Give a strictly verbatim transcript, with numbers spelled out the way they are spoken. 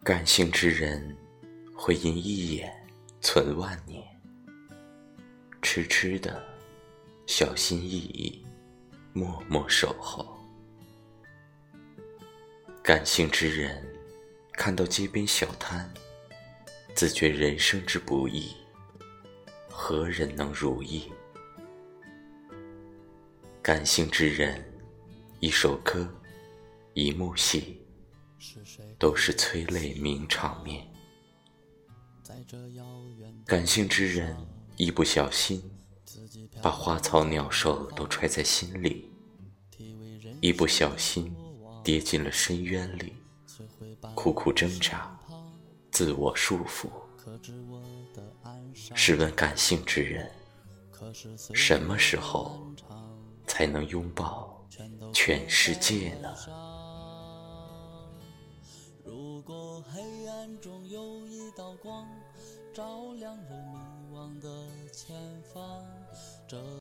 感性之人会因一眼存万年，痴痴的小心翼翼，默默守候。感性之人看到街边小摊，自觉人生之不易，何人能如意？感性之人，一首歌，一幕戏，都是催泪名场面。感性之人，一不小心把花草鸟兽都揣在心里，一不小心跌进了深渊里，苦苦挣扎，自我束缚。试问感性之人，什么时候才能拥抱全世界呢？ 如果黑暗中有一道光，照亮着迷惘的前方，这